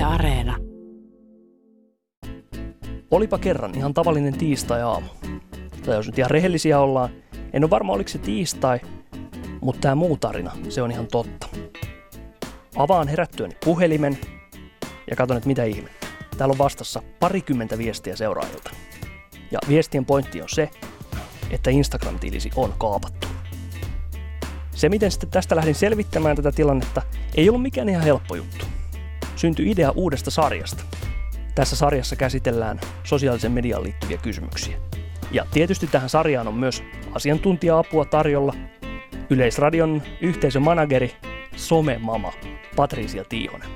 Areena. Olipa kerran ihan tavallinen tiistai-aamu. Tai jos nyt ihan rehellisiä ollaan, en ole varma oliko se tiistai, mutta tämä muu tarina, se on ihan totta. Avaan herättyäni puhelimen ja katson, että mitä ihmettä. Täällä on vastassa 20 viestiä seuraajilta. Ja viestien pointti on se, että Instagram-tilisi on kaapattu. Se, miten sitten tästä lähdin selvittämään tätä tilannetta, ei ollut mikään ihan helppo juttu. Syntyi idea uudesta sarjasta. Tässä sarjassa käsitellään sosiaalisen mediaan liittyviä kysymyksiä. Ja tietysti tähän sarjaan on myös asiantuntija-apua tarjolla. Yleisradion yhteisömanageri, somemama Patricia Tiihonen.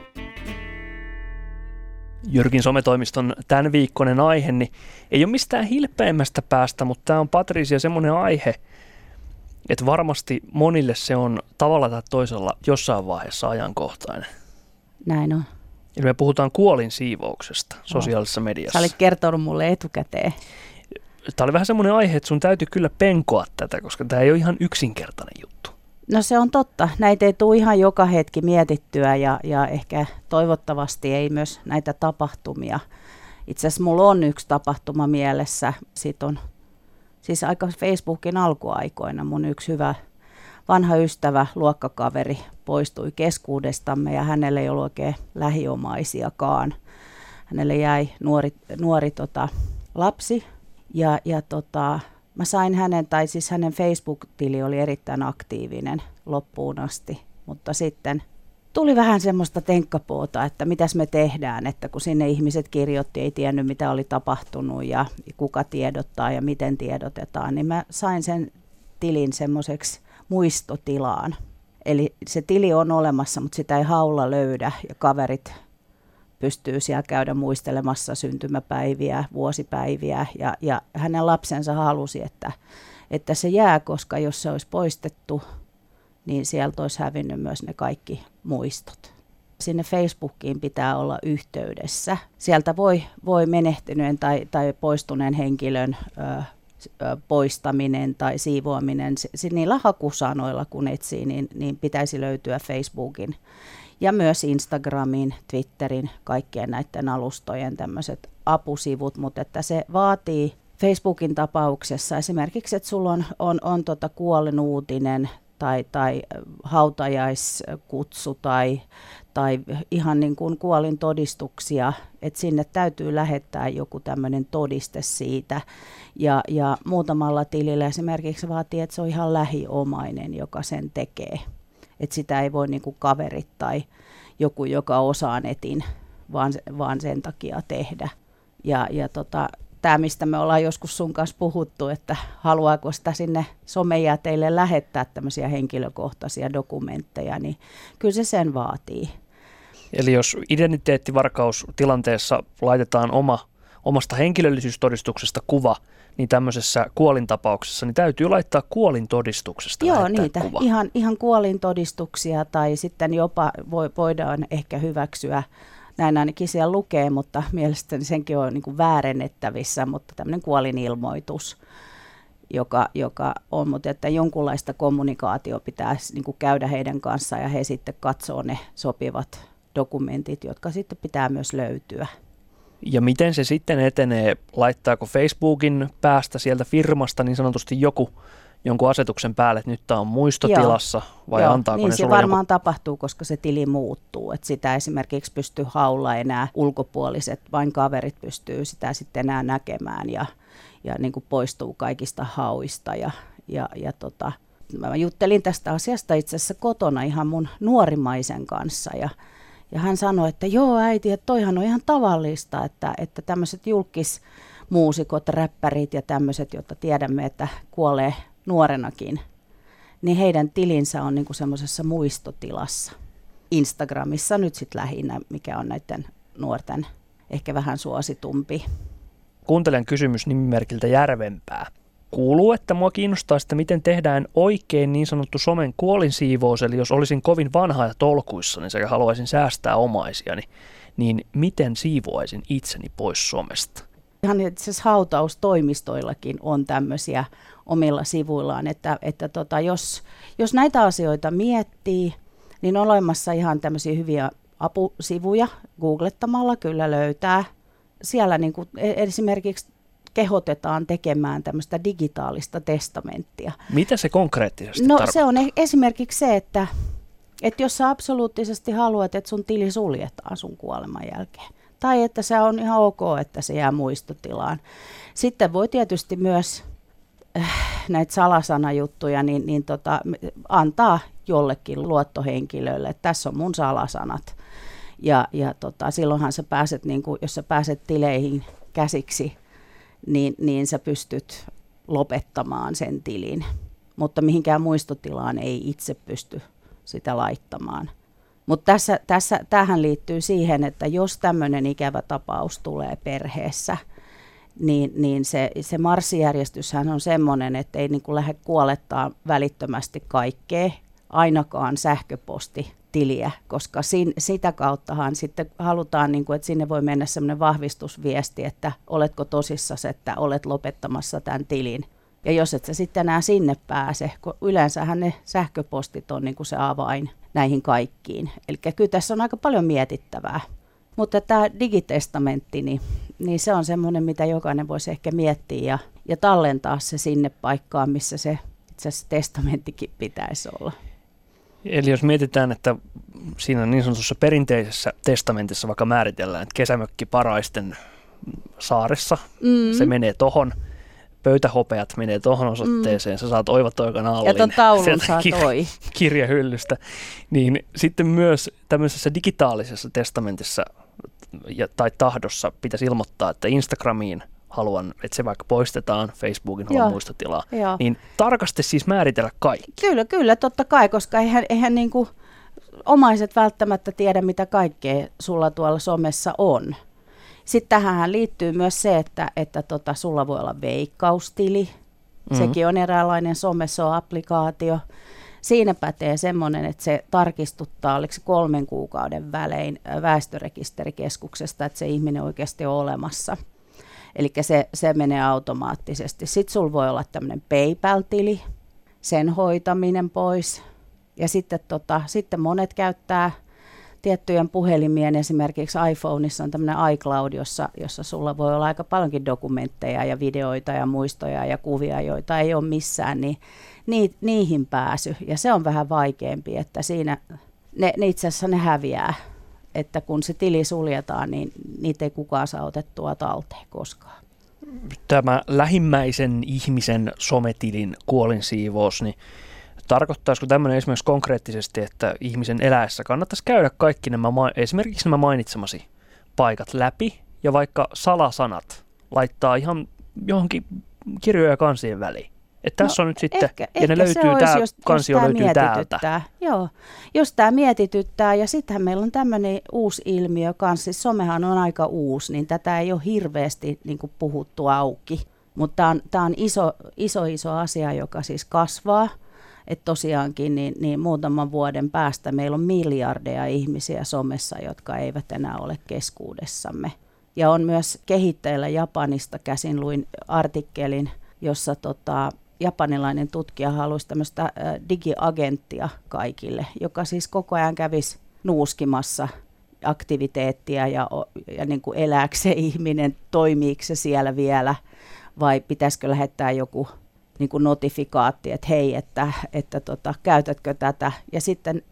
Jyrkin sometoimiston tämän viikkoinen aihe niin ei ole mistään hilpeimmästä päästä, mutta tämä on Patricia semmoinen aihe, että varmasti monille se on tavalla tai toisella jossain vaiheessa ajankohtainen. Näin on. Ja me puhutaan kuolinsiivouksesta sosiaalisessa mediassa. Sä olit kertonut mulle etukäteen. Tämä oli vähän semmoinen aihe, että sun täytyy kyllä penkoa tätä, koska tämä ei ole ihan yksinkertainen juttu. No se on totta. Näitä ei tule ihan joka hetki mietittyä ja ehkä toivottavasti ei myös näitä tapahtumia. Itse asiassa mulla on yksi tapahtuma mielessä. Siitä on siis aika Facebookin alkuaikoina mun yksi hyvä vanha ystävä, luokkakaveri poistui keskuudestamme ja hänelle ei ollut oikein lähiomaisiakaan. Hänelle jäi nuori lapsi ja mä sain hänen Facebook-tili oli erittäin aktiivinen loppuun asti, mutta sitten tuli vähän semmoista tenkkapoota, että mitäs me tehdään, että kun sinne ihmiset kirjoitti, ei tiennyt mitä oli tapahtunut ja kuka tiedottaa ja miten tiedotetaan, niin mä sain sen tilin semmoiseksi muistotilaan. Eli se tili on olemassa, mutta sitä ei haulla löydä ja kaverit pystyy siellä käydä muistelemassa syntymäpäiviä, vuosipäiviä ja hänen lapsensa halusi, että se jää, koska jos se olisi poistettu, niin sieltä olisi hävinnyt myös ne kaikki muistot. Sinne Facebookiin pitää olla yhteydessä. Sieltä voi menehtyneen tai poistuneen henkilön poistaminen tai siivoaminen, niillä hakusanoilla kun etsii, niin pitäisi löytyä Facebookin ja myös Instagramin, Twitterin, kaikkien näiden alustojen tämmöiset apusivut, mutta että se vaatii Facebookin tapauksessa esimerkiksi, että sulla on kuolinuutinen tai hautajaiskutsu tai ihan niin kuin kuolintodistuksia, että sinne täytyy lähettää joku tämmöinen todiste siitä. Ja muutamalla tilillä esimerkiksi vaatii, että se on ihan lähiomainen, joka sen tekee. Että sitä ei voi niin kuin kaverit tai joku, joka osaa netin, vaan sen takia tehdä. Tämä, mistä me ollaan joskus sun kanssa puhuttu, että haluaako sitä sinne somejäteille lähettää tämmöisiä henkilökohtaisia dokumentteja, niin kyllä se sen vaatii. Eli jos identiteettivarkaustilanteessa laitetaan omasta henkilöllisyystodistuksesta kuva, niin tämmöisessä kuolintapauksessa niin täytyy laittaa kuolintodistuksesta lähettää kuva. Ihan kuolintodistuksia tai sitten jopa voidaan ehkä hyväksyä. Näin ainakin siellä lukee, mutta mielestäni senkin on niin kuin väärennettävissä, mutta tämmöinen kuolinilmoitus, joka on, mutta että jonkunlaista kommunikaatio pitää niin kuin käydä heidän kanssaan ja he sitten katsoo ne sopivat dokumentit, jotka sitten pitää myös löytyä. Ja miten se sitten etenee? Laittaako Facebookin päästä sieltä firmasta niin sanotusti jonkun asetuksen päälle, että nyt tämä on muistotilassa, vai antaako niin ne sulle se varmaan tapahtuu, koska se tili muuttuu. Että sitä esimerkiksi pystyy haulla enää ulkopuoliset, vain kaverit pystyy sitä sitten enää näkemään ja niin kuin poistuu kaikista hauista. Mä juttelin tästä asiasta itse asiassa kotona ihan mun nuorimmaisen kanssa ja hän sanoi, että joo äiti, että toihan on ihan tavallista, että tämmöiset julkismuusikot, räppärit ja tämmöiset, joita tiedämme, että kuolee nuorenakin, niin heidän tilinsä on niinku semmoisessa muistotilassa. Instagramissa nyt sitten lähinnä, mikä on näiden nuorten ehkä vähän suositumpi. Kuuntelen kysymys nimimerkiltä Järvenpää. Kuuluu, että mua kiinnostaa sitä, miten tehdään oikein niin sanottu somen kuolinsiivous, eli jos olisin kovin vanha ja tolkuissa, niin sekä haluaisin säästää omaisiani, niin miten siivoaisin itseni pois somesta? Ihan itse asiassa hautaustoimistoillakin on tämmöisiä omilla sivuillaan, että jos näitä asioita miettii, niin on olemassa ihan tämmöisiä hyviä apusivuja, googlettamalla kyllä löytää. Siellä niin kuin esimerkiksi kehotetaan tekemään tämmöistä digitaalista testamenttia. Mitä se konkreettisesti tarkoittaa? Se on esimerkiksi se, että jos sä absoluuttisesti haluat, että sun tili suljetaan sun kuoleman jälkeen, tai että se on ihan ok, että se jää muistotilaan. Sitten voi tietysti myös näitä salasanajuttuja antaa jollekin luottohenkilölle, että tässä on mun salasanat. Ja silloinhan sä pääset, jos sä pääset tileihin käsiksi, niin sä pystyt lopettamaan sen tilin. Mutta mihinkään muistotilaan ei itse pysty sitä laittamaan. Mutta tämähän liittyy siihen, että jos tämmöinen ikävä tapaus tulee perheessä, niin se marssijärjestyshän on semmoinen, että ei lähde kuolettaa välittömästi kaikkea, ainakaan sähköpostitiliä, koska sitä kauttahan sitten halutaan, että sinne voi mennä semmoinen vahvistusviesti, että oletko tosissasi, että olet lopettamassa tämän tilin. Ja jos et sä sitten enää sinne pääse, kun yleensähän ne sähköpostit on se avain näihin kaikkiin. Eli kyllä tässä on aika paljon mietittävää. Mutta tämä digitestamentti, niin se on semmoinen, mitä jokainen voisi ehkä miettiä ja tallentaa se sinne paikkaan, missä se itse asiassa testamenttikin pitäisi olla. Eli jos mietitään, että siinä niin sanotussa perinteisessä testamentissa vaikka määritellään, että kesämökki Paraisten saaressa, se menee tohon, pöytähopeat menee tohon osoitteeseen, sä saat Oiva-Toikan Allin. Ja ton taulun saa toi. Kirjahyllystä. Niin sitten myös tämmöisessä digitaalisessa testamentissa tai tahdossa pitäisi ilmoittaa, että Instagramiin haluan, että se vaikka poistetaan, Facebookin haluan muistotilaa. Niin tarkasti siis määritellä kaikki. Kyllä, totta kai, koska eihän omaiset välttämättä tiedä, mitä kaikkea sulla tuolla somessa on. Sitten tähän liittyy myös se, että sulla voi olla veikkaustili. Sekin on eräänlainen someso-applikaatio. Siinä pätee semmoinen, että se tarkistuttaa, oliko se 3 kuukauden välein väestörekisterikeskuksesta, että se ihminen oikeasti on olemassa. Eli se menee automaattisesti. Sitten sulla voi olla tämmöinen PayPal-tili, sen hoitaminen pois. Ja sitten monet käyttää tiettyjen puhelimien, esimerkiksi iPhoneissa on tämmöinen iCloud, jossa sulla voi olla aika paljonkin dokumentteja ja videoita ja muistoja ja kuvia, joita ei ole missään, niin niihin pääsy. Ja se on vähän vaikeampi, että siinä ne itse asiassa ne häviää, että kun se tili suljetaan, niin niitä ei kukaan saa otettua talteen koskaan. Tämä lähimmäisen ihmisen sometilin kuolinsiivous, niin tarkoittaisiko tämmöinen esimerkiksi konkreettisesti, että ihmisen eläessä kannattaisi käydä kaikki esimerkiksi nämä mainitsemasi paikat läpi ja vaikka salasanat laittaa ihan johonkin kirjoja ja kansien väliin? Että tässä on nyt sitten, ja ne löytyy, tämä kansio löytyy täältä. Joo, jos tämä mietityttää, ja sittenhän meillä on tämmöinen uusi ilmiö kanssa, siis somehan on aika uusi, niin tätä ei ole hirveästi puhuttu auki, mutta tämä on iso asia, joka siis kasvaa. Että tosiaankin niin muutaman vuoden päästä meillä on miljardeja ihmisiä somessa, jotka eivät enää ole keskuudessamme. Ja on myös kehitteillä Japanista käsin luin artikkelin, jossa japanilainen tutkija halusi tämmöistä digiagenttia kaikille, joka siis koko ajan kävisi nuuskimassa aktiviteettia ja elääkö se ihminen, toimiiko se siellä vielä vai pitäisikö lähettää joku notifikaatti, että hei, että käytätkö tätä. Ja sitten,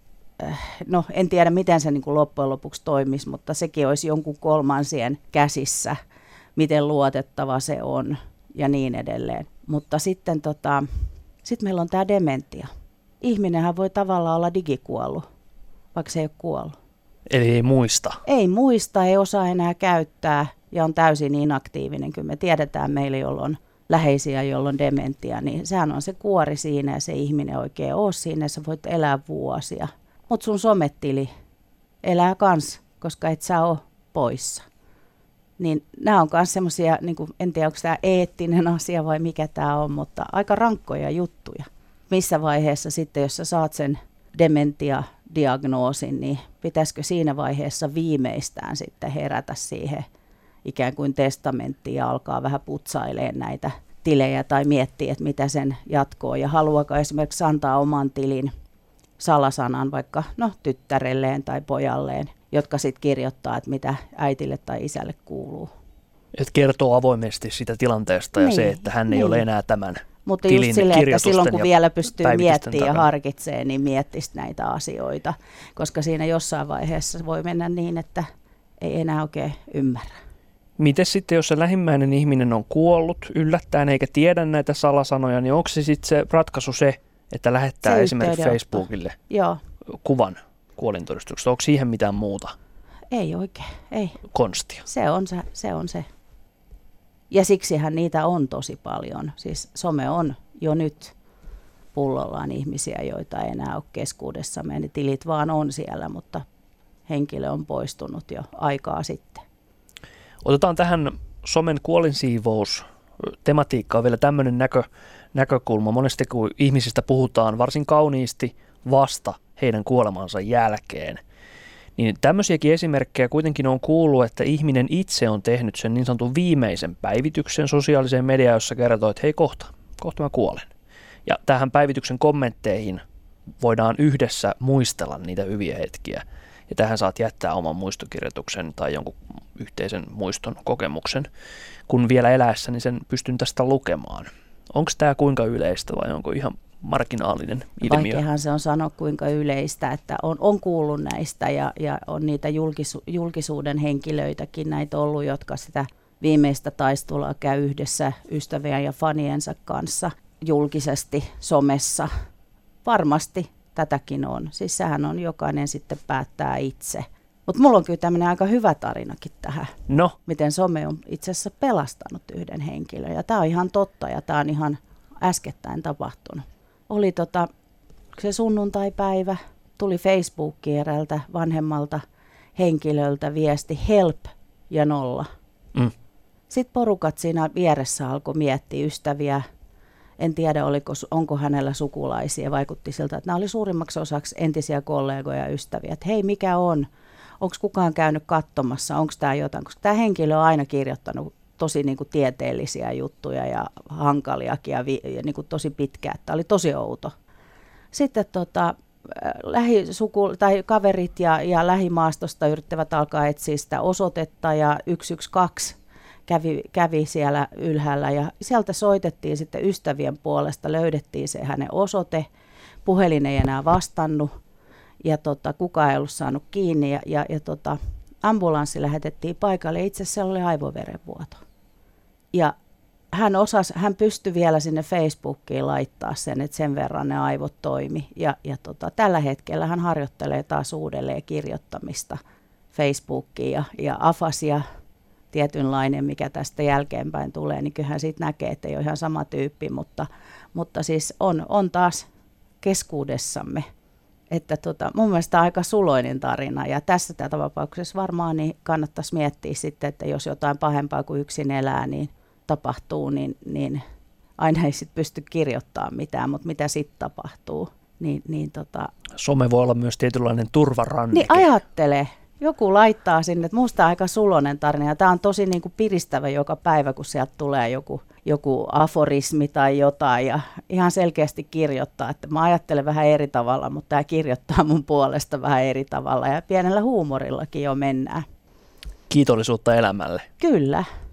en tiedä miten se loppujen lopuksi toimisi, mutta sekin olisi jonkun kolmansien käsissä, miten luotettava se on ja niin edelleen. Mutta sitten meillä on tämä dementia. Ihminenhän voi tavallaan olla digikuollut, vaikka se ei ole kuollut. Eli ei muista? Ei muista, ei osaa enää käyttää ja on täysin inaktiivinen. Kyllä me tiedetään meillä, jolla on läheisiä, jolla on dementia, niin sehän on se kuori siinä ja se ihminen oikein ole siinä ja sä voit elää vuosia. Mutta sun sometili elää kans, koska et sä ole poissa. Niin nämä on myös semmoisia, en tiedä onko tämä eettinen asia vai mikä tämä on, mutta aika rankkoja juttuja. Missä vaiheessa sitten, jos sä saat sen dementia-diagnoosin, niin pitäisikö siinä vaiheessa viimeistään sitten herätä siihen ikään kuin testamenttiin ja alkaa vähän putsailemaan näitä tilejä tai miettiä, että mitä sen jatkoo. Ja haluaako esimerkiksi antaa oman tilin salasanan vaikka tyttärelleen tai pojalleen. jotka sitten kirjoittaa, että mitä äitille tai isälle kuuluu. Että kertoo avoimesti sitä tilanteesta ja se, että hän ei ole enää tämän Mutta tilin just silleen, että silloin kun vielä pystyy miettimään ja harkitsee, niin miettisi näitä asioita, koska siinä jossain vaiheessa voi mennä niin, että ei enää oikein ymmärrä. Miten sitten, jos se lähimmäinen ihminen on kuollut yllättäen eikä tiedä näitä salasanoja, niin onko se sitten se ratkaisu se, että lähettää se esimerkiksi Facebookille kuvan kuolintodistuksesta? Onko siihen mitään muuta? Ei oikein, ei. Konstia. Se on se. Ja siksihän niitä on tosi paljon. Siis some on jo nyt pullollaan ihmisiä, joita ei enää ole keskuudessamme. Ne tilit vaan on siellä, mutta henkilö on poistunut jo aikaa sitten. Otetaan tähän somen kuolinsiivous-tematiikkaan vielä tämmöinen näkökulma. Monesti kun ihmisistä puhutaan varsin kauniisti vasta heidän kuolemansa jälkeen, niin tämmöisiäkin esimerkkejä kuitenkin on kuullut, että ihminen itse on tehnyt sen niin sanotun viimeisen päivityksen sosiaaliseen mediaan, jossa kertoo, että hei kohta mä kuolen. Ja tähän päivityksen kommentteihin voidaan yhdessä muistella niitä hyviä hetkiä. Ja tähän saat jättää oman muistokirjoituksen tai jonkun yhteisen muiston kokemuksen. Kun vielä eläessä, niin sen pystyn tästä lukemaan. Onko tämä kuinka yleistä vai onko ihan marginaalinen ilmiö? Vaikeahan se on sanoa kuinka yleistä, että on kuullut näistä ja on niitä julkisuuden henkilöitäkin näitä ollut, jotka sitä viimeistä taistelua käy yhdessä ystävien ja faniensa kanssa julkisesti somessa. Varmasti tätäkin on. Siis sehän on, jokainen sitten päättää itse. Mutta mulla on kyllä tämmöinen aika hyvä tarinakin tähän. No? Miten some on itse asiassa pelastanut yhden henkilön. Ja tämä on ihan totta ja tämä on ihan äskettäin tapahtunut. Oli se sunnuntaipäivä, tuli Facebookiin eräältä vanhemmalta henkilöltä viesti help ja 0. Sitten porukat siinä vieressä alkoi miettiä ystäviä. En tiedä, onko hänellä sukulaisia. Vaikutti siltä, että nämä oli suurimmaksi osaksi entisiä kollegoja ja ystäviä. Että hei, mikä on? Onko kukaan käynyt katsomassa? Onko tämä jotain? Koska tämä henkilö on aina kirjoittanut tosi niin kuin tieteellisiä juttuja ja hankaliakin ja niin kuin tosi pitkään. Tämä oli tosi outo. Sitten tai kaverit ja lähimaastosta yrittävät alkaa etsiä sitä osoitetta ja 112 kävi siellä ylhäällä ja sieltä soitettiin sitten ystävien puolesta, löydettiin se hänen osoite, puhelin ei enää vastannut ja kukaan ei ollut saanut kiinni ja ambulanssi lähetettiin paikalle, itse asiassa siellä oli aivoverenvuoto. Ja hän pystyi vielä sinne Facebookiin laittaa sen, että sen verran ne aivot toimi ja tällä hetkellä hän harjoittelee taas uudelleen kirjoittamista Facebookiin ja afasia tietynlainen, mikä tästä jälkeenpäin tulee, niin kyllähän siitä näkee, että ei ole ihan sama tyyppi, mutta siis on taas keskuudessamme. Että mun mielestä aika suloinen tarina ja tässä tapauksessa varmaan niin kannattaisi miettiä sitten, että jos jotain pahempaa kuin yksin elää niin tapahtuu, niin aina ei sitten pysty kirjoittamaan mitään, mutta mitä sitten tapahtuu. Some voi olla myös tietynlainen turvaranneke. Niin ajattele. Joku laittaa sinne, että musta on aika suloinen tarina ja tämä on tosi niin kuin piristävä joka päivä, kun sieltä tulee joku aforismi tai jotain ja ihan selkeästi kirjoittaa, että mä ajattelen vähän eri tavalla, mutta tämä kirjoittaa mun puolesta vähän eri tavalla ja pienellä huumorillakin jo mennään. Kiitollisuutta elämälle. Kyllä.